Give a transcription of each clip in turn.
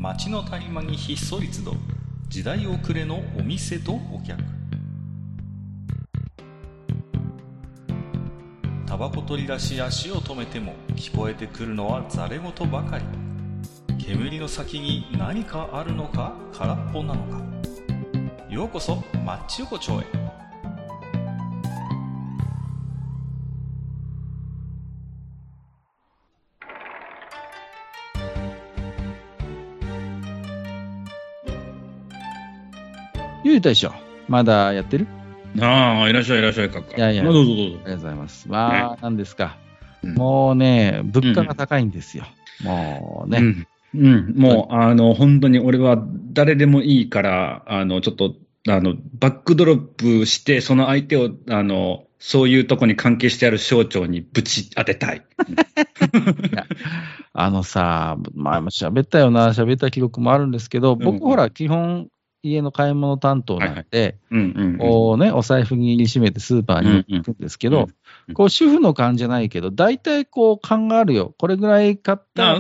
街の谷間にひっそり集う時代遅れのお店とお客。タバコ取り出し足を止めても聞こえてくるのはざれ言ばかり。煙の先に何かあるのか空っぽなのか。ようこそマッチ横丁へ。 ゆう大将、まだやってる？ ああ、いらっしゃい、いらっしゃい、かっか。 いやいや、 どうぞどうぞ。 ありがとうございます。まあ、なんですか。 うんもうね、物価が高いんですよ。もうね。 もう、本当に俺は誰でもいいから、ちょっと、バックドロップして、その相手を、そういうとこに関係してある省庁にぶち当てたい。 いやまあ、喋った記録もあるんですけど、僕、ほら、基本、家の買い物担当なんで、こうね、お財布に締めてスーパーに行くんですけど、こう、主婦の勘じゃないけど、大体こう、勘があるよ。これぐらい買ったら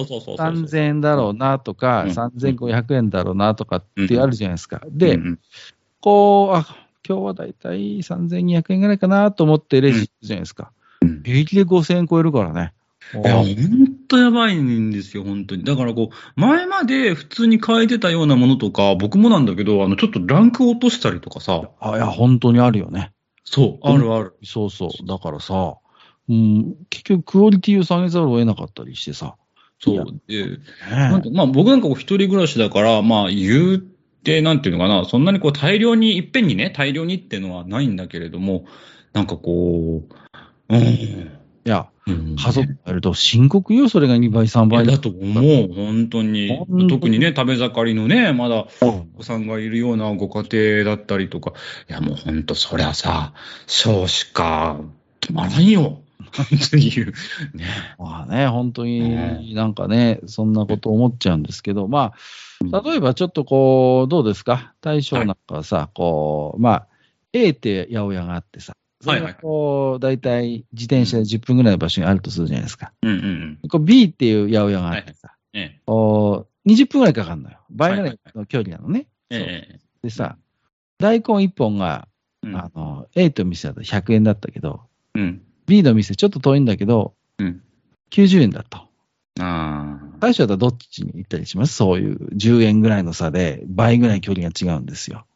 3000円だろうなとか、3500円だろうなとかってあるじゃないですか。で、こう、今日は大体3200円ぐらいかなと思ってレジじゃないですか。平気で5000円超えるからね。 いや、ほんとやばいんですよ、本当に。だからこう、前まで普通に買えてたようなものとか、僕もなんだけど、ちょっとランク落としたりとかさ。 いや、本当にあるよね。 そう、あるある。 そうそう。だからさ、結局クオリティを下げざるを得なかったりしてさ。 そう。で、まあ僕なんか一人暮らしだから、まあ言うて、なんていうのかな、そんなにこう大量にっていうのはないんだけれども、なんかこう、 いや、家族がやると深刻よ、それが2倍、3倍だと思う、本当に。特にね、食べ盛りのね、まだお子さんがいるようなご家庭だったりとか。いや、もう本当、そりゃさ、少子化止まらんよ。っていう。ね。 まあね、本当になんかね、そんなこと思っちゃうんですけど、まあ、例えばちょっとこう、どうですか？大将なんかはさ、こう、まあ、A って八百屋があってさ、それがこう、だいたい自転車で10分ぐらいの場所にあるとするじゃないですか。こう B っていう八百屋があってさ、20分ぐらいかかるのよ。倍ぐらいの距離なのね。でさ、大根1本が、A と店だと100円だったけど、B の店ちょっと遠いんだけど、90円だと。最初だったらどっちに行ったりします？そういう10円ぐらいの差で倍ぐらい距離が違うんですよ。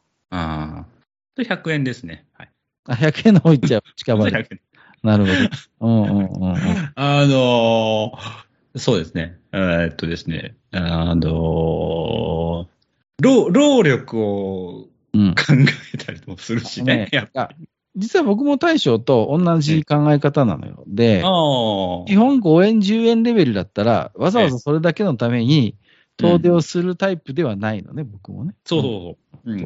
100円ですね。はい。 100円の方行っちゃう。近場で。なるほど。そうですね。ですね。労力を考えたりもするしね。 実は僕も大将と同じ考え方なのよ。で、基本5円、10円レベルだったら、わざわざそれだけのために遠出をするタイプではないのね、僕もね。 そう。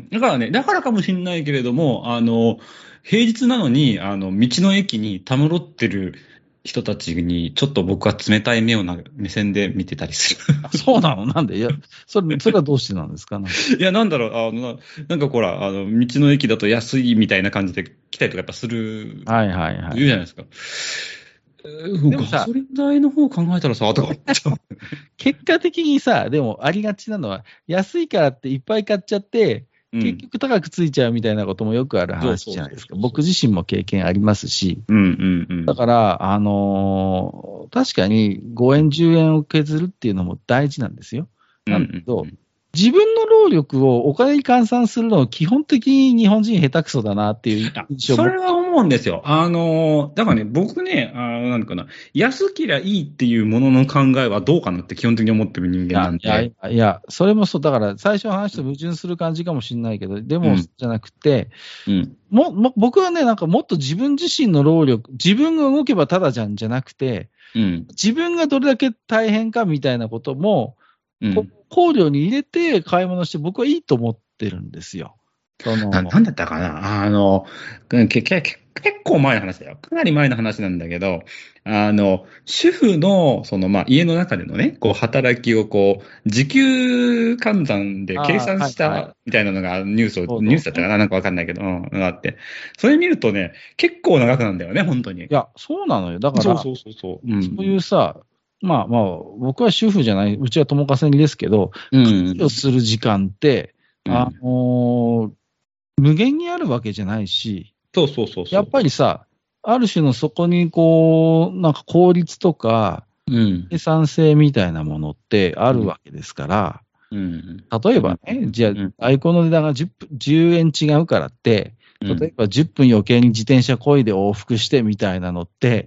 だからね、だからかもしれないけれども、平日なのに、道の駅にたむろってる人たちに、ちょっと僕は冷たい目線で見てたりする。 そうなの？なんで？いや、それはどうしてなんですか？ いや、なんだろう、なんかほら、道の駅だと安いみたいな感じで来たりとかやっぱする。言うじゃないですか。でもガソリン代の方考えたらさ、とか結果的にさ、でもありがちなのは、安いからっていっぱい買っちゃって、結局高くついちゃうみたいなこともよくある話じゃないですか。僕自身も経験ありますし。だから、確かに5円、10円を削るっていうのも大事なんですよ。なんだけど、自分の労力をお金に換算するのを基本的に日本人下手くそだなっていう印象。 それは思うんですよ。だからね、僕ね、なんかな、安けりゃいいっていうものの考えはどうかなって基本的に思ってる人間なんで。 いや、それもそう、だから最初の話と矛盾する感じかもしれないけど、でも、じゃなくて、僕はね、なんかもっと自分自身の労力、自分が動けばただじゃなくて、自分がどれだけ大変かみたいなことも、考慮に入れて買い物して僕はいいと思ってるんですよ。 なんだったかな結構前の話だよ。かなり前の話なんだけど、主婦の、家の中でのね、こう、働きを時給換算で計算したみたいなのがニュースだったかななんかわかんないけど、があって。それ見るとね、結構長くなんだよね、本当に。 いや、そうなのよ。だから、そういうさ、 まあまあ、僕は主婦じゃない、うちは共稼ぎですけど、家事をする時間って、無限にあるわけじゃないし、 そうそうそうそう。 やっぱりさ、ある種のそこにこう、なんか効率とか、生産性みたいなものってあるわけですから、例えばね、じゃあ、アイコンの値段が10円違うからって、例えば10分余計に自転車漕いで往復してみたいなのって、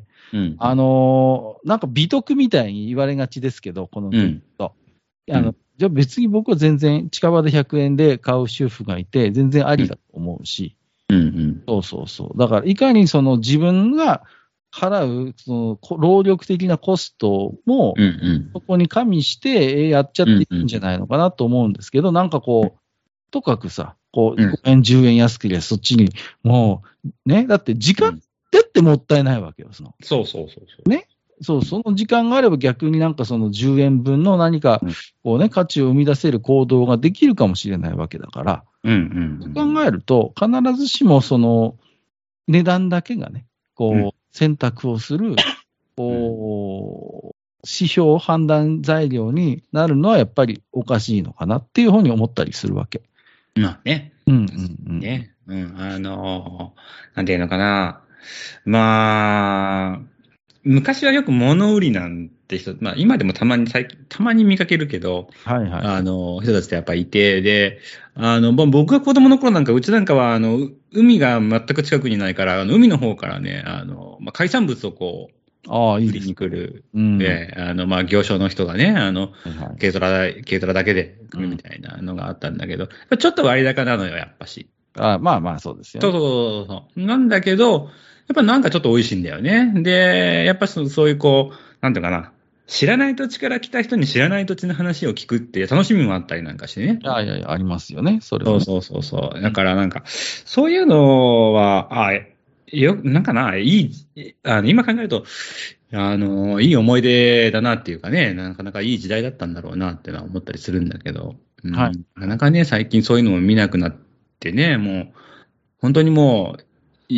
なんか美徳みたいに言われがちですけど、このと。じゃあ別に僕は全然近場で100円で買う主婦がいて、全然ありだと思うし、そうそうそう。だからいかにその自分が払うその労力的なコストも、そこに加味してやっちゃっていいんじゃないのかなと思うんですけど、なんかこう、とかくさ、こう、5円、10円安ければそっちに、もう、ね、だって時間ってもったいないわけよ、 そうそうそうそう。 ね。そう、その時間があれば逆になんかその10円分の何か、こうね、価値を生み出せる行動ができるかもしれないわけだから、そう考えると、必ずしもその値段だけがね、こう、選択をする、こう、指標判断材料になるのはやっぱりおかしいのかなっていうふうに思ったりするわけ。 まあね。ね。なんていうのかな。まあ、昔はよく物売りなんて人、まあ今でもたまに見かけるけど、人たちってやっぱいて、で、僕が子供の頃なんか、うちなんかは、海が全く近くにないから、海の方からね、海産物をこう、売りに来る。行商の人がね、軽トラだけで来るみたいなのがあったんだけど、ちょっと割高なのよ、やっぱし。 まあまあ、そうですよね。 そう。なんだけど、やっぱなんかちょっと美味しいんだよね。で、やっぱそういうこう、なんていうかな。知らない土地から来た人に知らない土地の話を聞くっていう楽しみもあったりなんかしてね。 ありますよね、それは、ね。 そう。だからなんか、そういうのは、なんかな、今考えると、いい思い出だなっていうかね、なかなかいい時代だったんだろうなってのは思ったりするんだけど、なかなかね、最近そういうのも見なくなってね、もう、本当にもう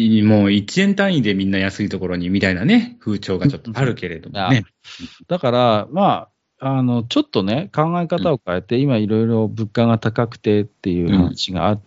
1円単位でみんな安いところにみたいなね、風潮がちょっとあるけれどもね。 だから、まあ、ちょっとね、考え方を変えて、今いろいろ物価が高くてっていう話があって、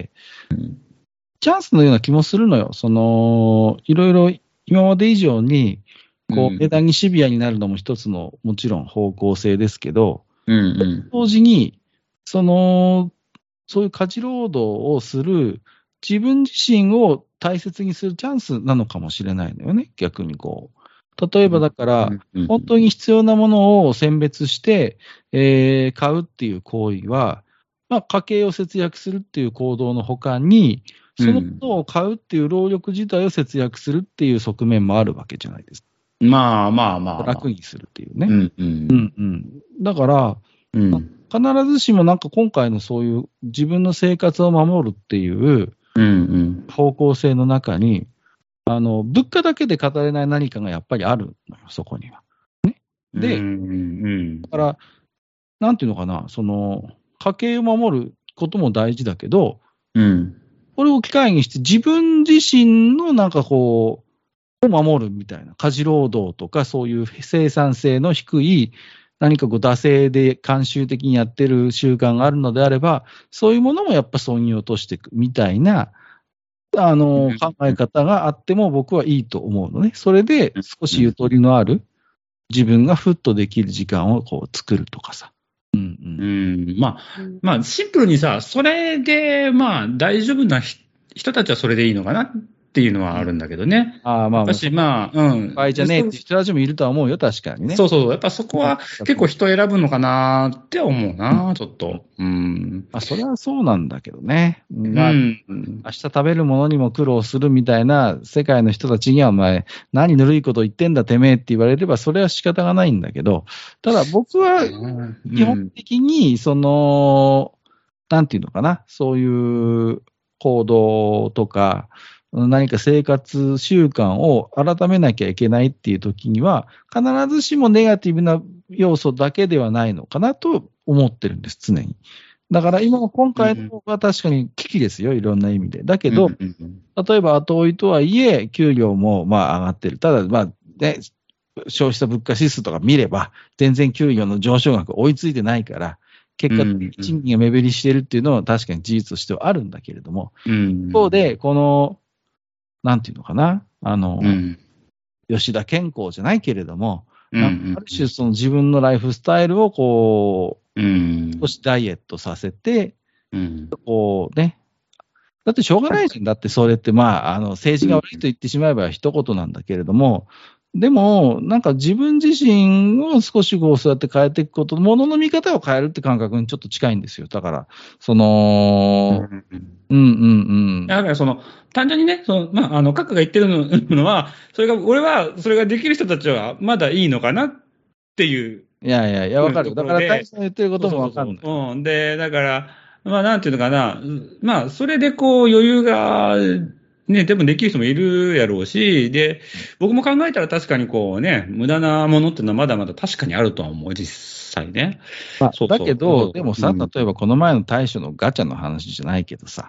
チャンスのような気もするのよ。いろいろ今まで以上に、こう、値段にシビアになるのも一つの、もちろん方向性ですけど、同時に、そういう家事労働をする自分自身を大切にするチャンスなのかもしれないのよね、逆にこう。例えばだから、本当に必要なものを選別して、買うっていう行為は、まあ、家計を節約するっていう行動の他に、そのことを買うっていう労力自体を節約するっていう側面もあるわけじゃないですか。 まあ。 楽にするっていうね。だから、必ずしもなんか今回のそういう自分の生活を守るっていう方向性の中に、物価だけで語れない何かがやっぱりあるのよ、そこには。ね。で、だから、なんていうのかな、家計を守ることも大事だけど、これを機会にして自分自身のなんかこう、を守るみたいな、家事労働とかそういう生産性の低い、何かこう惰性で慣習的にやってる習慣があるのであれば、そういうものもやっぱ損に落としていくみたいな、考え方があっても僕はいいと思うのね。それで少しゆとりのある自分がふっとできる時間をこう作るとかさ。 まあ、シンプルにさ、それで、まあ、大丈夫な人たちはそれでいいのかなっていうのはあるんだけどね。私、 倍じゃねえって人たちもいるとは思うよ、確かにね。 そう。やっぱそこは結構人選ぶのかなって思うな、ちょっと。 それはそうなんだけどね。明日食べるものにも苦労するみたいな世界の人たちには、お前、何ぬるいこと言ってんだてめえって言われれば、それは仕方がないんだけど、ただ僕は基本的に、なんていうのかな、そういう行動とか、何か生活習慣を改めなきゃいけないっていう時には、必ずしもネガティブな要素だけではないのかなと思ってるんです、常に。だから今回のは確かに危機ですよ、いろんな意味で。だけど、例えば後追いとはいえ、給料もまあ上がってる。ただ、まあね、 消費者物価指数とか見れば、全然給与の上昇額追いついてないから、結果的に賃金が目減りしているっていうのは確かに事実としてはあるんだけれども、一方で、この、なんていうのかな、吉田健康じゃないけれども、ある種その自分のライフスタイルをこう、少しダイエットさせて、こうね、だってしょうがないじゃん。だってそれって政治が悪いと言ってしまえば一言なんだけれども、でも、なんか自分自身を少しこうそうやって変えていくこと、ものの見方を変えるって感覚にちょっと近いんですよ。だから、 だから単純にね、各が言ってるのは、俺は、それができる人たちはまだいいのかなっていう。 いや、わかる。だから、大将の言ってることもわかる。 で、だから、なんていうのかな、それでこう余裕が、ね、でもできる人もいるやろうし、で、僕も考えたら確かにこうね、無駄なものっていうのはまだまだ確かにあるとは思う、実際ね。 だけど、でもさ、例えばこの前の大将のガチャの話じゃないけどさ、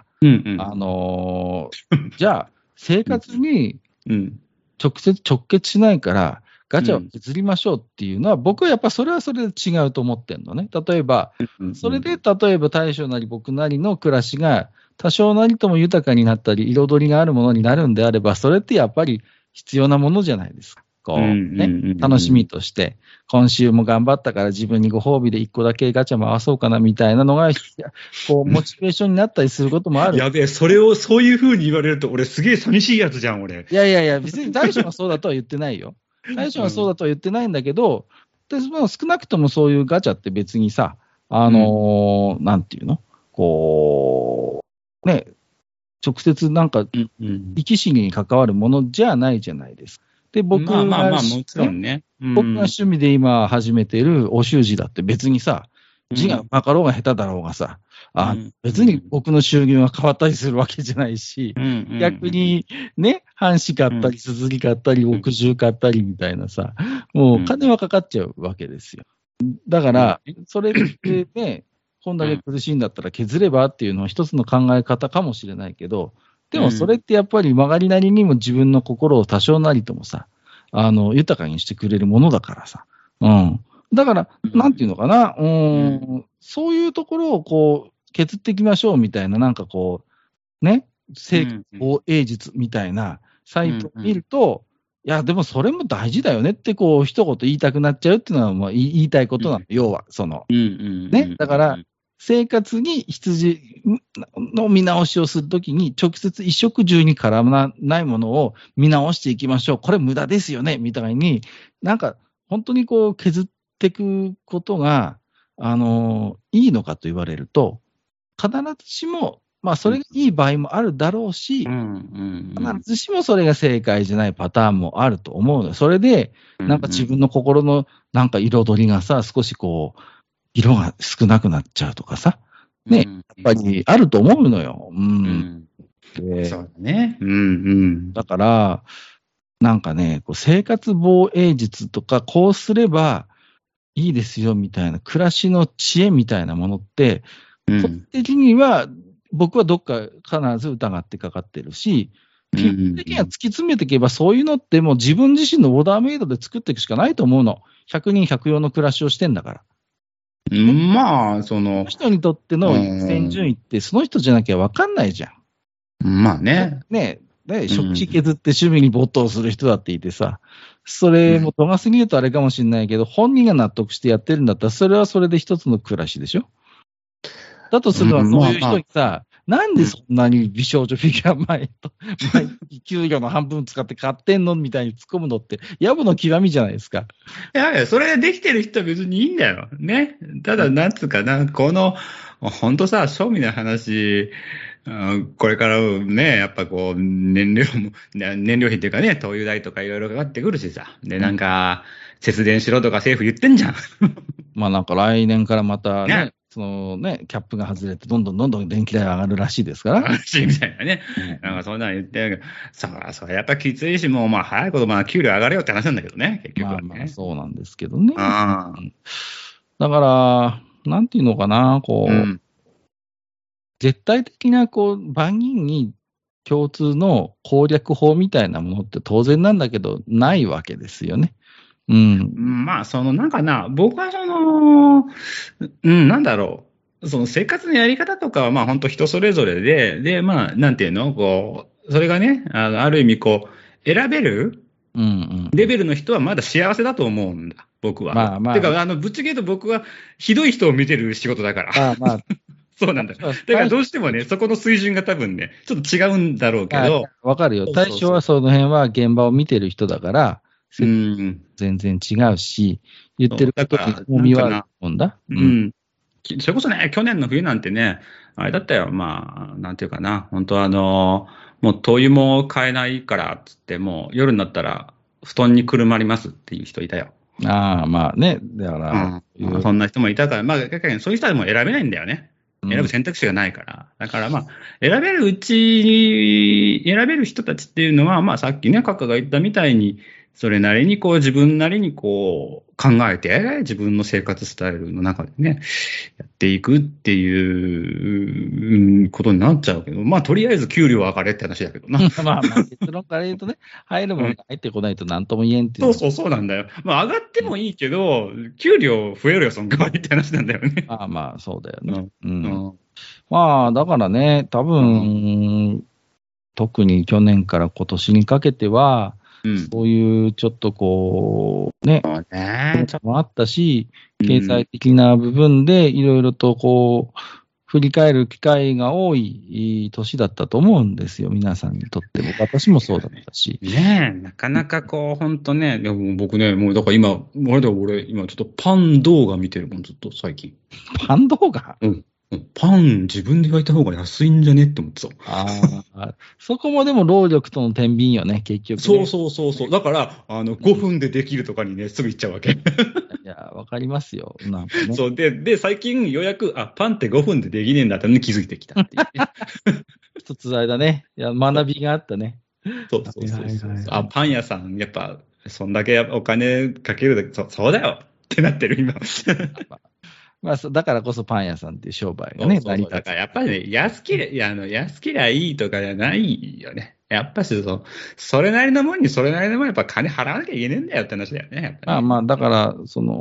じゃあ、生活に直結しないから、ガチャを削りましょうっていうのは、僕はやっぱそれはそれで違うと思ってんのね。例えば、それで例えば大将なり僕なりの暮らしが多少なりとも豊かになったり、彩りがあるものになるんであれば、それってやっぱり必要なものじゃないですか。こうね、楽しみとして、今週も頑張ったから自分にご褒美で1個だけガチャ回そうかなみたいなのが、こう、モチベーションになったりすることもある。 やべえ、そういう風に言われると、俺すげえ寂しいやつじゃん、俺。 いや、別に大将はそうだとは言ってないよ。最初はそうだとは言ってないんだけど、で少なくともそういうガチャって別にさ、なんていうのこう、ね、直接なんか、生き死にに関わるものじゃないじゃないですか。で、僕が、 もちろんね。 僕が趣味で今始めてるお習字だって別にさ、字がなかろうが下手だろうがさ、別に僕の収入が変わったりするわけじゃないし、逆にね、半紙買ったり、硯買ったり、奥重買ったりみたいなさ、もう金はかかっちゃうわけですよ。だから、それでね、こんだけ苦しいんだったら削ればっていうのは一つの考え方かもしれないけど、でもそれってやっぱり曲がりなりにも自分の心を多少なりともさ、豊かにしてくれるものだからさ。だから、なんていうのかな、そういうところをこう、削っていきましょうみたいな、なんかこう、ね、生活防衛術みたいなサイトを見ると、いや、でもそれも大事だよねって、こう、一言言いたくなっちゃうっていうのは、まあ、言いたいことなの、要は、ね、だから、生活に羊の見直しをするときに、直接衣食住に絡まないものを見直していきましょう。これ無駄ですよね、みたいに、なんか、本当にこう、削っていくことが、いいのかと言われると、必ずしも、まあ、それがいい場合もあるだろうし、必ずしもそれが正解じゃないパターンもあると思うの。それで、なんか自分の心のなんか彩りがさ、少しこう、色が少なくなっちゃうとかさ、ね、やっぱりあると思うのよ。 そうだね。 だから、なんかね、こう生活防衛術とか、こうすればいいですよみたいな、暮らしの知恵みたいなものって、個人的には、僕はどっか必ず疑ってかかってるし、基本的には突き詰めていけば、そういうのってもう自分自身のオーダーメイドで作っていくしかないと思うの。100人100用の暮らしをしてんだから。 まあ、 その人にとっての優先順位って、その人じゃなきゃ分かんないじゃん。 まあね。 食費削って趣味に没頭する人だっていてさ、それも度が過ぎるとあれかもしれないけど、本人が納得してやってるんだったら、それはそれで一つの暮らしでしょ。だとするのは、そういう人にさ、なんでそんなに美少女フィギュア毎給料の半分使って買ってんのみたいに突っ込むのって、野暮の極みじゃないですか。 いや、それできてる人は別にいいんだよ。ね。ただ、なんつうかな、ほんとさ、庶民の話、これからね、やっぱこう、燃料費っていうかね、灯油代とかいろいろかかってくるしさ。で、なんか、節電しろとか政府言ってんじゃん。 まあなんか来年からまたね、キャップが外れて、どんどん電気代上がるらしいですから。 らしいみたいなね。なんかそんなの言ってるけど、それやっぱきついし、もうまあ早いこと、給料上がれよって話なんだけどね、結局は、ね。 まあそうなんですけどね。だから、なんていうのかな、こう、絶対的な、こう、万人に共通の攻略法みたいなものって当然なんだけど、ないわけですよね。 うん。 まあ、なんかな、僕はなんだろう。その生活のやり方とかは、まあ本当人それぞれで、まあ、なんていうのそれがね、ある意味選べるうん。 レベルの人はまだ幸せだと思うんだ、僕は。 まあまあ。 てか、ぶっちゃけ言うと僕はひどい人を見てる仕事だから。 まあまあ。 そうなんだ。だからどうしてもね、そこの水準が多分ね、ちょっと違うんだろうけど。 わかるよ。 そうそうそう対象はその辺は現場を見てる人だから、 うん。 全然違うし、言ってることにそう重みはあるもんだ。 うん。それこそね、去年の冬なんてね、あれだったよ。まあ、なんていうかな。本当もう灯油も買えないからっつって、もう夜になったら布団にくるまりますっていう人いたよ。 ああ、まあね。だから、 そんな人もいたから、まあ、そういう人はもう選べないんだよね。 うん選ぶ選択肢がないから。だからまあ、選べるうちに、選べる人たちっていうのは、まあさっきね、カッカが言ったみたいに、それなりに自分なりに考えて、自分の生活スタイルの中でね、やっていくっていうことになっちゃうけど、まあとりあえず給料上がれって話だけどな。 まあまあ、結論から言うとね、入るものが入ってこないと何とも言えんっていう。 そうなんだよ。まあ上がってもいいけど、給料増えるよ、その代わりって話なんだよね。 まあまあ、そうだよね。 うん。 まあ、だからね、多分、特に去年から今年にかけては、そういうちょっとね、もあったし、経済的な部分でいろいろと振り返る機会が多い年だったと思うんですよ、皆さんにとっても。私もそうだったし。 ねえ、なかなか本当ね、でも僕ね、もうだから今、今ちょっとパン動画見てるもん、ずっと最近。 パン動画？ うん。パン自分で焼いた方が安いんじゃねって思ってた。 そこもでも労力との天秤よね、結局、ね。 そう。だから、5分でできるとかにね、すぐ行っちゃうわけ。 いや、わかりますよ。なんかね。 そう。で、最近ようやく、パンって5分でできねえんだったのに気づいてきたっていう、ね。 一つあれだね。いや、学びがあったね。 そう。パン屋さん、やっぱ、そんだけお金かけるだけ、そうだよってなってる、今。 まあ、だからこそパン屋さんっていう商売がね、成り立つ。 だからやっぱりね、安けりゃいいとかじゃないよね。やっぱし、それなりのもんにそれなりのもんやっぱ金払わなきゃいけねえんだよって話だよね。 まあ、だから、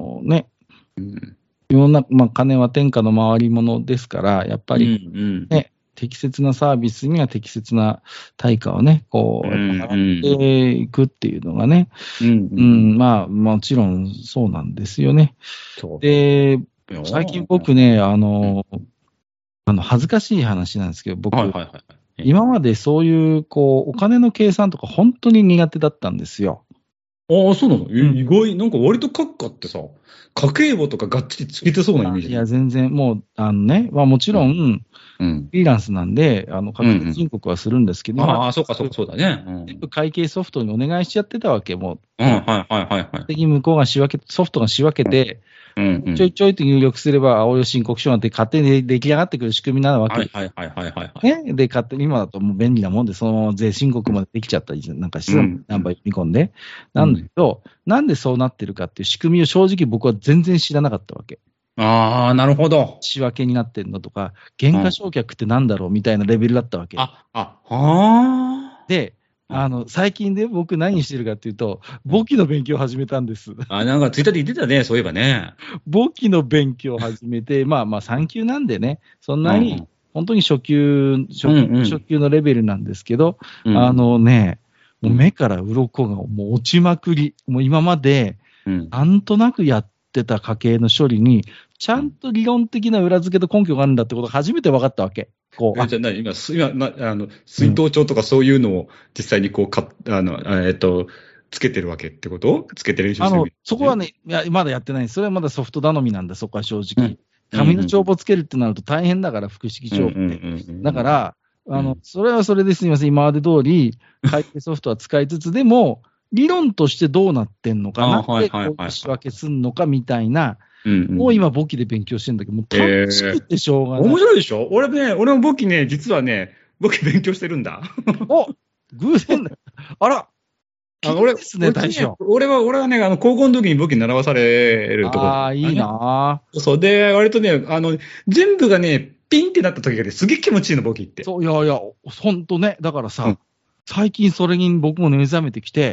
世の中、金は天下の回り物ですから、やっぱり、ね、適切なサービスには適切な対価をね、払っていくっていうのがね、まあ、もちろんそうなんですよね。で、最近僕ね、恥ずかしい話なんですけど、僕、今までそういう、お金の計算とか本当に苦手だったんですよ。 ああ、そうなの？意外、なんか割と閣下ってさ、家計簿とかがっちりつけてそうなイメージ。 いや、全然、もう、まあもちろん、フリーランスなんで、確定申告はするんですけど、 そうだね。 全部会計ソフトにお願いしちゃってたわけ、もう。 向こうがソフトが仕分けて、ちょいちょいと入力すれば、青色申告書なんて勝手に出来上がってくる仕組みなわけです。ね。で、勝手に今だともう便利なもんで、そのまま税申告までできちゃったり、なんかナンバー読み込んで。なんだけど、なんでそうなってるかっていう仕組みを正直僕は全然知らなかったわけ。 ああ、なるほど。 仕分けになってんのとか、減価償却ってなんだろうみたいなレベルだったわけ。で、最近で僕何してるかっていうと、簿記の勉強を始めたんです。 なんかツイッターで言ってたね、そういえばね。 簿記の勉強を始めて、まあ3級なんでね、そんなに、本当に初級のレベルなんですけど、もう目から鱗がもう落ちまくり、もう今まで、なんとなくやってた家計の処理に、ちゃんと理論的な裏付けと根拠があるんだってことが初めて分かったわけ。 じゃあ今、水頭帳とかそういうのを実際につけてるわけってこと？つけて練習してる？ そこはね、いや、まだやってない。それはまだソフト頼みなんだ、そこは正直。紙の帳簿つけるってなると大変だから、複式帳簿って。だから、それはそれですみません。今まで通り、会計ソフトは使いつつでも、理論としてどうなってんのかなって、仕分けすんのかみたいな、もう今、簿記で勉強してるんだけど、もう楽しくてしょうがない。 面白いでしょ？俺も簿記ね、実はね、簿記勉強してるんだ。 偶然だ。あら俺ですね、大将。俺はね、高校の時に簿記習わされるところ。 いいなぁ。そう。で、割とね、全部がね、ピンってなった時がね、すげえ気持ちいいの、簿記って。 そう、いや、ほんとね。だからさ、最近それに僕も目覚めてきて、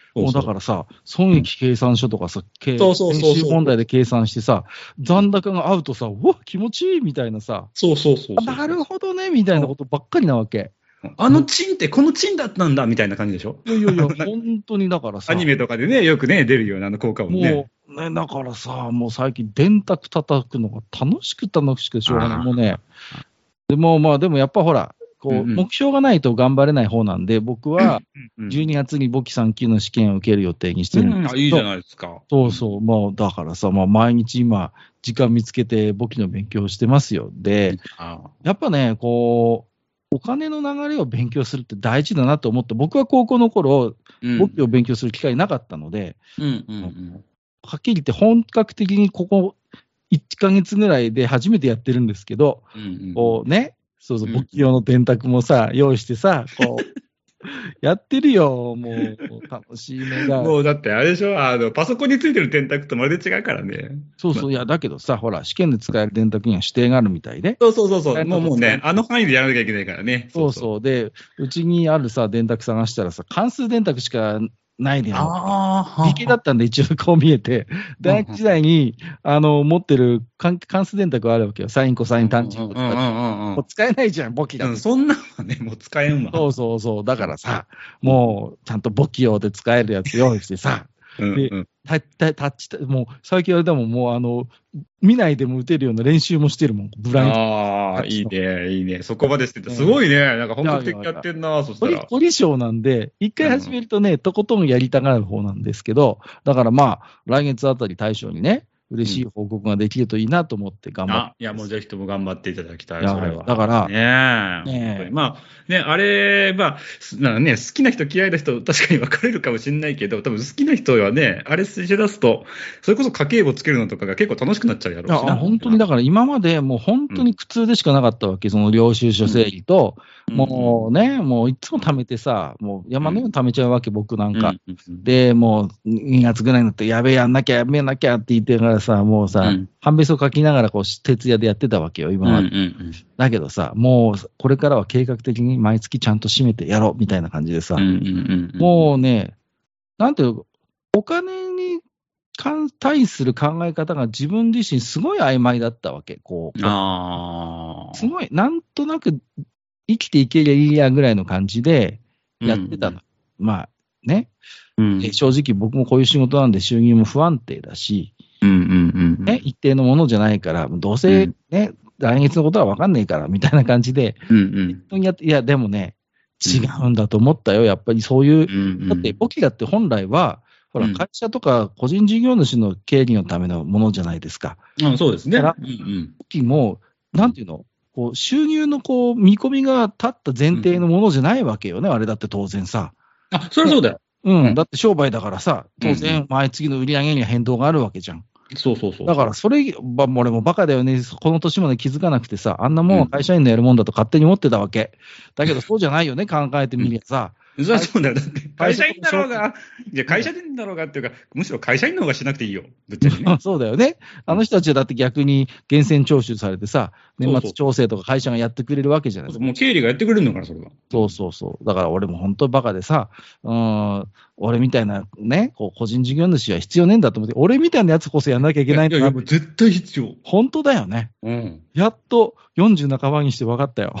もうだからさ、損益計算書とかさ、練そう習問題で計算してさ、残高が合うとさ、うわ、気持ちいいみたいなさ、 そうそうそうそう。 なるほどね、みたいなことばっかりなわけ。 あのチンってこのチンだったんだみたいな感じでしょ。 いやいやいや、本当にだからさ。 アニメとかでね、よくね、出るようなあの効果音ね。 もう、ね、だからさ、もう最近電卓叩くのが楽しくしょうがない。もうね。でもまあ、でもやっぱほら、こう、目標がないと頑張れない方なんで、僕は12月に簿記3級の試験を受ける予定にしてるんですけど。 いいじゃないですか。 そうそう。もうだからさ、まあ毎日今、時間見つけて簿記の勉強をしてますよ。で、やっぱね、こう、お金の流れを勉強するって大事だなと思って、僕は高校の頃、簿記を勉強する機会なかったので、はっきり言って本格的にここ1ヶ月ぐらいで初めてやってるんですけど、こうね、そうそう、簿記用の電卓もさ、用意してさ、こう、やってるよ、もう、楽しいねが。 もうだってあれでしょ、パソコンについてる電卓とまるで違うからね。 そうそう、いや、だけどさ、ほら、試験で使える電卓には指定があるみたいで。 そう。もうね、あの範囲でやらなきゃいけないからね。 そう。で、うちにあるさ、電卓探したらさ、関数電卓しかないでよ。理系だったんで一応こう見えて、大学時代に、持ってる関数電卓があるわけよ。サイン、コサイン、タンジェントとか。もう使えないじゃん、簿記だと。 そんなのはね、もう使えんわ。 そう。だからさ、もう、ちゃんと簿記用で使えるやつ用意してさ、で、もう、最近あれだもん、もう見ないでも打てるような練習もしてるもん、ブラインド。 ああ、いいね。そこまでしてて、すごいね。なんか本格的やってんな、そしたら。 凝り性なんで、一回始めるとね、とことんやりたがる方なんですけど、だからまあ、来月あたり大将にね、嬉しい報告ができるといいなと思って頑張って。 いや、もうぜひとも頑張っていただきたい、それは。 だから、 まあ、ね、あれ、まあ、なんかね、好きな人嫌いな人、確かに分かれるかもしれないけど、多分好きな人はね、あれし出すと、それこそ家計簿つけるのとかが結構楽しくなっちゃうやろうしな。 本当にだから今までもう本当に苦痛でしかなかったわけ、その領収書整理と、もうね、もういつも貯めてさ、もう山のように貯めちゃうわけ、僕なんか。で、もう2月ぐらいになって、やべえ、やんなきゃって言ってからさ、もうさ、半べそ書きながらこう、徹夜でやってたわけよ、今まで。だけどさ、もう、これからは計画的に毎月ちゃんと締めてやろう、みたいな感じでさ、もうね、なんていう、お金に対する考え方が自分自身すごい曖昧だったわけ。こう。すごい、なんとなく生きていけりゃいいやぐらいの感じでやってたの。まあね、正直僕もこういう仕事なんで収入も不安定だし、ね、一定のものじゃないから、どうせね、来月のことは分かんないから、みたいな感じで、いや、でもね、違うんだと思ったよ。やっぱりそういう、だって簿記だって本来は、ほら、会社とか個人事業主の経理のためのものじゃないですか。 そうですね。 簿記も、なんていうの、こう収入のこう見込みが立った前提のものじゃないわけよね、あれだって当然さ。 そりゃそうだよ。 だって商売だからさ、当然、毎月の売り上げには変動があるわけじゃん。 そう。 だから、それ、俺もバカだよね、この年まで気づかなくてさ、あんなもんは会社員のやるもんだと勝手に思ってたわけ。だけど、そうじゃないよね、考えてみりゃさ。 そうだよ。だって会社員だろうが、会社員だろうがっていうか、むしろ会社員の方がしなくていいよ。ぶっちゃけね。そうだよね。あの人たちはだって逆に源泉徴収されてさ、年末調整とか会社がやってくれるわけじゃないですか。 もう経理がやってくれるのかな、それは。 そう。だから俺も本当バカでさ、俺みたいなね、こう個人事業主は必要ねえんだと思って、俺みたいなやつこそやんなきゃいけないんだな。 いや、絶対必要。 本当だよね。やっと40半ばにして分かったよ。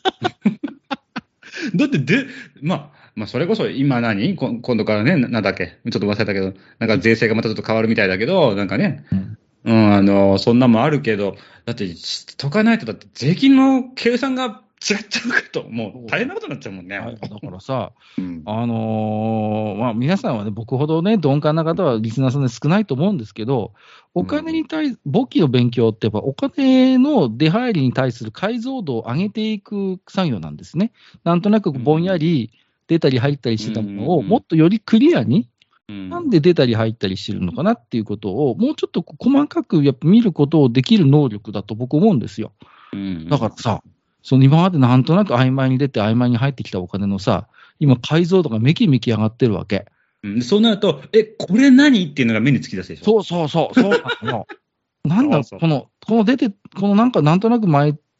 だって、まあ、それこそ今今度からね、なんだっけ、ちょっと忘れたけど、なんか税制がまたちょっと変わるみたいだけど、なんかね、そんなもあるけど、だって知っとかないと、だって税金の計算が違っちゃうかと、もう大変なことになっちゃうもんね。 だからさ、まあ皆さんはね、僕ほどね、鈍感な方はリスナーさんで少ないと思うんですけど、お金に簿記の勉強ってやっぱお金の出入りに対する解像度を上げていく作業なんですね。なんとなくぼんやり出たり入ったりしてたものをもっとよりクリアに、なんで出たり入ったりしてるのかなっていうことを、もうちょっと細かくやっぱ見ることをできる能力だと僕思うんですよ。だからさ、今までなんとなく曖昧に出て曖昧に入ってきたお金のさ、今解像度がめきめき上がってるわけ。 そうなると、これ何っていうのが目につき出すでしょ。 そうなの。なんだ、このなんとなく毎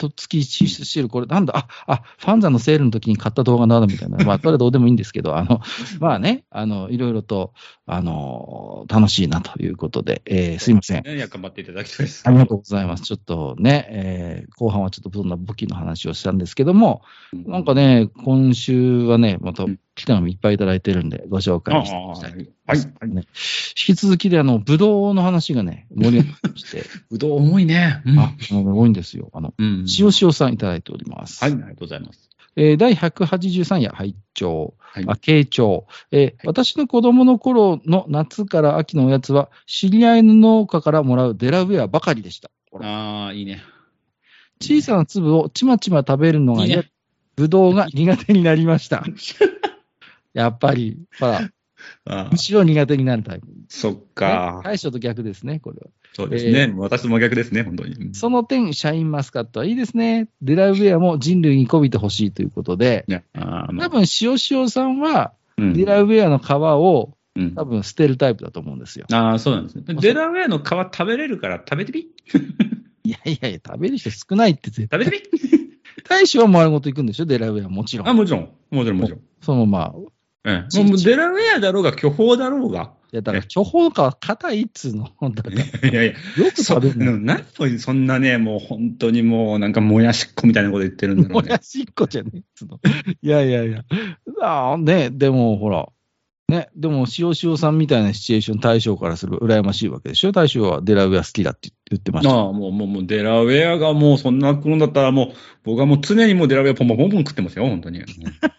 と月支出してる、これなんだ、ファンザのセールの時に買った動画なんだみたいな。まあ、それはどうでもいいんですけど、まあね、いろいろと、楽しいなということで、すいません。 いや、頑張っていただきたいです。 ありがとうございます。ちょっとね、後半はちょっとそんな武器の話をしたんですけども、なんかね、今週はね、また来たのもいっぱいいただいてるんで、ご紹介したいと思います。はい。引き続きで、ブドウの話がね、盛り上がってまして。 ぶどう重いね。 多いんですよ。塩塩さんいただいております。 はい、ありがとうございます。 第183夜、拝聴。慶長。 はい私の子供の頃の夏から秋のおやつは、知り合いの農家からもらうデラウェアばかりでした。 ああ、いいね。 小さな粒をちまちま食べるのがいいね。 ぶどうが苦手になりました。やっぱり、ほら、むしろ苦手になるタイプ。 そっか。 大将と逆ですね、これは。 そうですね。私も逆ですね、本当に。 その点、シャインマスカットはいいですね。デラウェアも人類に媚びてほしいということで、多分、塩塩さんは、デラウェアの皮を、多分捨てるタイプだと思うんですよ。 ああ、そうなんですね。デラウェアの皮食べれるから食べてみいや、食べる人少ないって絶対。 食べてみ大将は丸ごと行くんでしょ、デラウェアもちろん。 もちろん。 そのまあ。 もうデラウェアだろうが、巨峰だろうが。 いや、だから巨峰か硬いっつうの。 いや、よく食べるの。何とそんなね、もう本当にもうなんかもやしっこみたいなこと言ってるんだろうね。 もやしっこじゃねえっつうの。いや。ね、でもほら。ね、でも、塩塩さんみたいなシチュエーション、大将からする羨ましいわけでしょ。大将はデラウェア好きだって言ってました。 もうデラウェアがもうそんな来るんだったらもう、僕はもう常にもうデラウェアポンポン食ってますよ、本当に。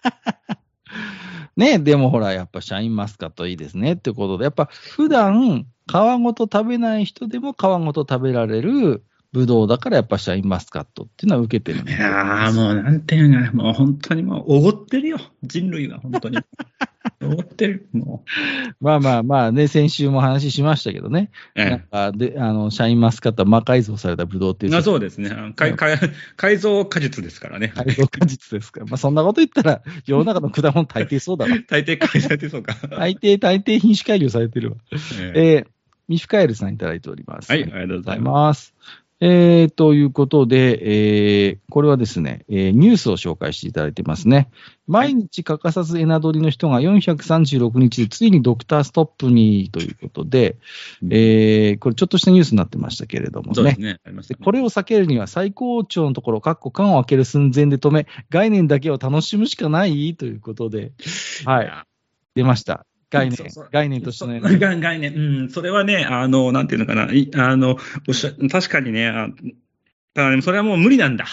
ね、でもほら、やっぱシャインマスカットいいですねってことで、やっぱ普段、皮ごと食べない人でも皮ごと食べられるブドウだからやっぱシャインマスカットっていうのは受けてる。 いやーもうなんていうのかな、もう本当にもうおごってるよ、人類は本当に。おごってる、もう。まあね、先週も話しましたけどね。なんかで、シャインマスカットは魔改造されたブドウっていう。 そうですね。改造果実ですからね。 改造果実ですから。まあそんなこと言ったら、世の中の果物大抵そうだわ。 大抵改造されてそうか。 大抵品種改良されてるわ。ミフカエルさんいただいております。 はい、ありがとうございます。 ということで、これはですね、ニュースを紹介していただいてますね。毎日欠かさずエナドリの人が436日でついにドクターストップにということで、これちょっとしたニュースになってましたけれどもね。 そうですね。ありましたね。 これを避けるには最高潮のところ、缶を開ける寸前で止め、概念だけを楽しむしかないということで、はい。出ました。概念としての概念、それはね、なんていうのかな、確かにね、ただね、それはもう無理なんだ。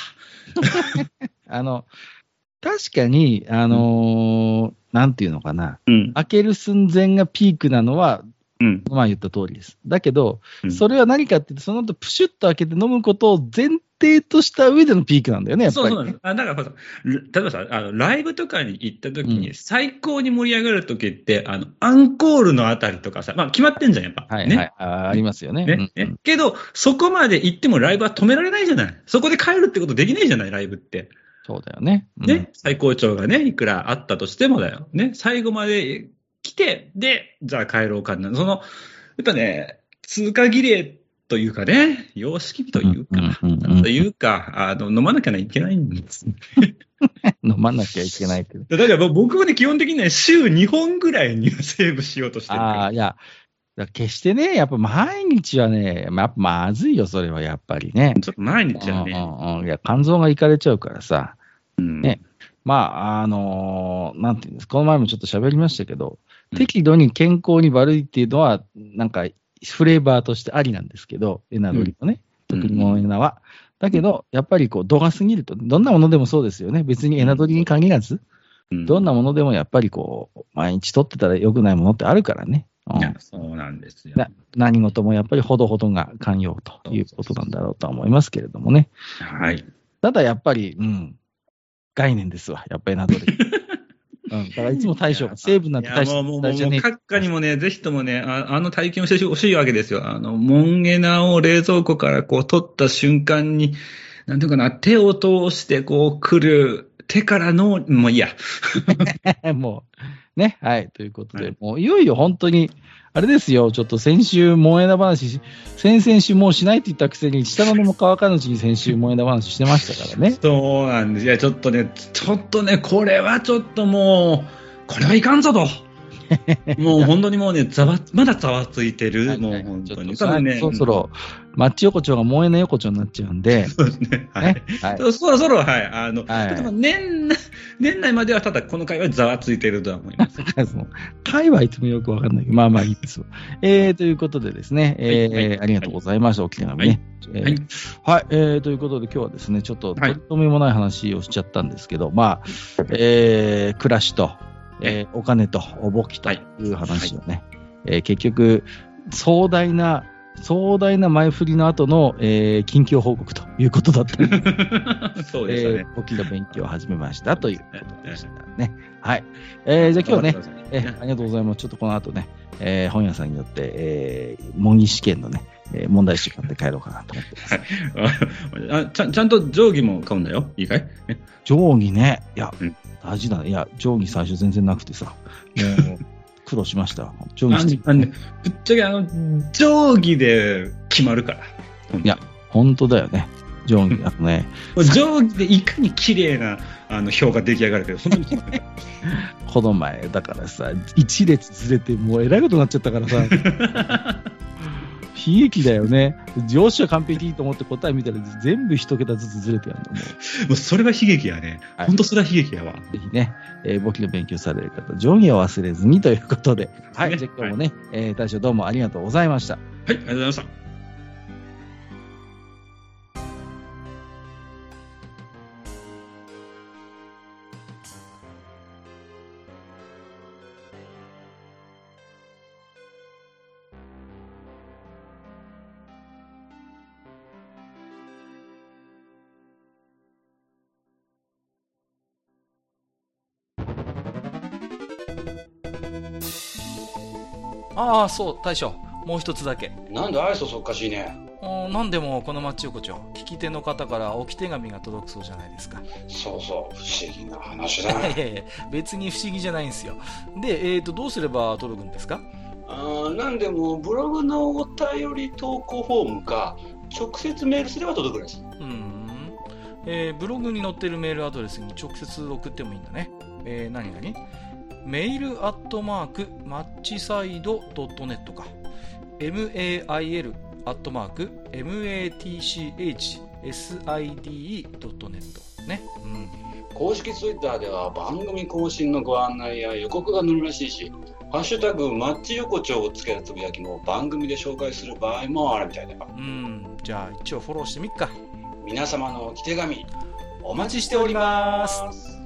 確かに、なんていうのかな、開ける寸前がピークなのは、まあ言った通りです。だけど、それは何かっていうと、その後プシュッと開けて飲むことを前提とした上でのピークなんだよね、やっぱり。 そうだから例えばさ、ライブとかに行った時に最高に盛り上がる時って、アンコールのあたりとかさ、まあ決まってんじゃん、やっぱ。 はい、はい、ありますよね。 けど、そこまで行ってもライブは止められないじゃない。そこで帰るってことできないじゃない、ライブって。 そうだよね。 最高潮がね、いくらあったとしてもだよ。ね、最後まで来て、で、じゃあ帰ろうかな。やっぱね、通過儀礼というかね、様式美というか、飲まなきゃいけないんですね。 飲まなきゃいけないって。 だから僕はね、基本的にね、週2本ぐらいにセーブしようとしてるから。 いや、決してね、やっぱ毎日はね、やっぱまずいよ、それはやっぱりね。 ちょっと毎日はね。 いや、肝臓がいかれちゃうからさ。ね。まあ、なんていうんですか、この前もちょっと喋りましたけど、適度に健康に悪いっていうのは、なんか、フレーバーとしてありなんですけど、エナドリのね、特にモエナは。だけど、やっぱりこう、度が過ぎると、どんなものでもそうですよね。別にエナドリに限らず、どんなものでもやっぱりこう、毎日取ってたら良くないものってあるからね。 いや、そうなんですよ。 何事もやっぱりほどほどが寛容ということなんだろうとは思いますけれどもね。 はい。 ただやっぱり、概念ですわ。やっぱりエナドリ。だからいつも大将が成分なんて大将もう閣下にもね、ぜひともね、体験をしてほしいわけですよ。モンエナを冷蔵庫からこう取った瞬間に、なんていうかな、手を通してこう来る、手からの、もういいや。 もね。はい。ということで、もういよいよ本当に、あれですよ、ちょっと先週、萌えな話、先々週もうしないって言ったくせに、下の根も乾かぬうちに先週、萌えな話してましたからね。 そうなんです。いや、ちょっとね、これはちょっともう、これはいかんぞと。もう本当にもうね、まだざわついてる。 はいはい、 もう本当に。 多分ね、そろそろ、マッチ横丁が萌えな横丁になっちゃうんで。 そうですね。はい。 ねはい、 そろそろ、はい。 はい、 年内まではただこの回はざわついてるとは思います。 回はいつもよくわかんないけど、まあまあいいです。ということでですね、ありがとうございました、お気長にね。はい。ということで今日はですね、ちょっととりとめもない話をしちゃったんですけど、まあ、暮らしと、お金と簿記という話をね、結局、壮大な前振りの後の、近況報告ということだったので、 そうでしたね。 簿記の勉強を始めましたということでしたね。はい。じゃあ今日はね、ありがとうございます。ちょっとこの後ね、本屋さんによって、模擬試験のね、問題集買って帰ろうかなと思ってます。 ちゃんと定規も買うんだよ。いいかい？ 定規ね。いや、大事だね。いや、定規最初全然なくてさ。苦労しました。定規ぶっちゃけ定規で決まるから。 いや、本当だよね。定規。 定規でいかに綺麗な表が出来上がるけど、本当にこの前、だからさ、一列ずれて、もうえらいことになっちゃったからさ。悲劇だよね。上司は完璧いいと思って答え見たら全部一桁ずつずれてやるの。もうそれは悲劇やね。本当それは悲劇やわ。 ぜひね、簿記の勉強される方、定規を忘れずにということで。はい。じゃあ今日もね、大将どうもありがとうございました。はい、 ありがとうございました。 ああ、そう、大将。もう一つだけ。 なんで愛想そっかしいね。 なんでもこのマッチ横丁、聞き手の方から置き手紙が届くそうじゃないですか。 そうそう、不思議な話だ。 いやいや、別に不思議じゃないんですよ。で、どうすれば届くんですか？ なんでもブログのお便り投稿フォームか、直接メールすれば届くらしい。 ブログに載ってるメールアドレスに直接送ってもいいんだね。何メールアットマークマッチサイドドットネットか。mail アットマーク matchside.net ね。 公式ツイッターでは番組更新のご案内や予告が載るらしいし、ハッシュタグマッチ横丁をつけたつぶやきも番組で紹介する場合もあるみたいだよ。 じゃあ一応フォローしてみっか。 皆様のお手紙お待ちしております。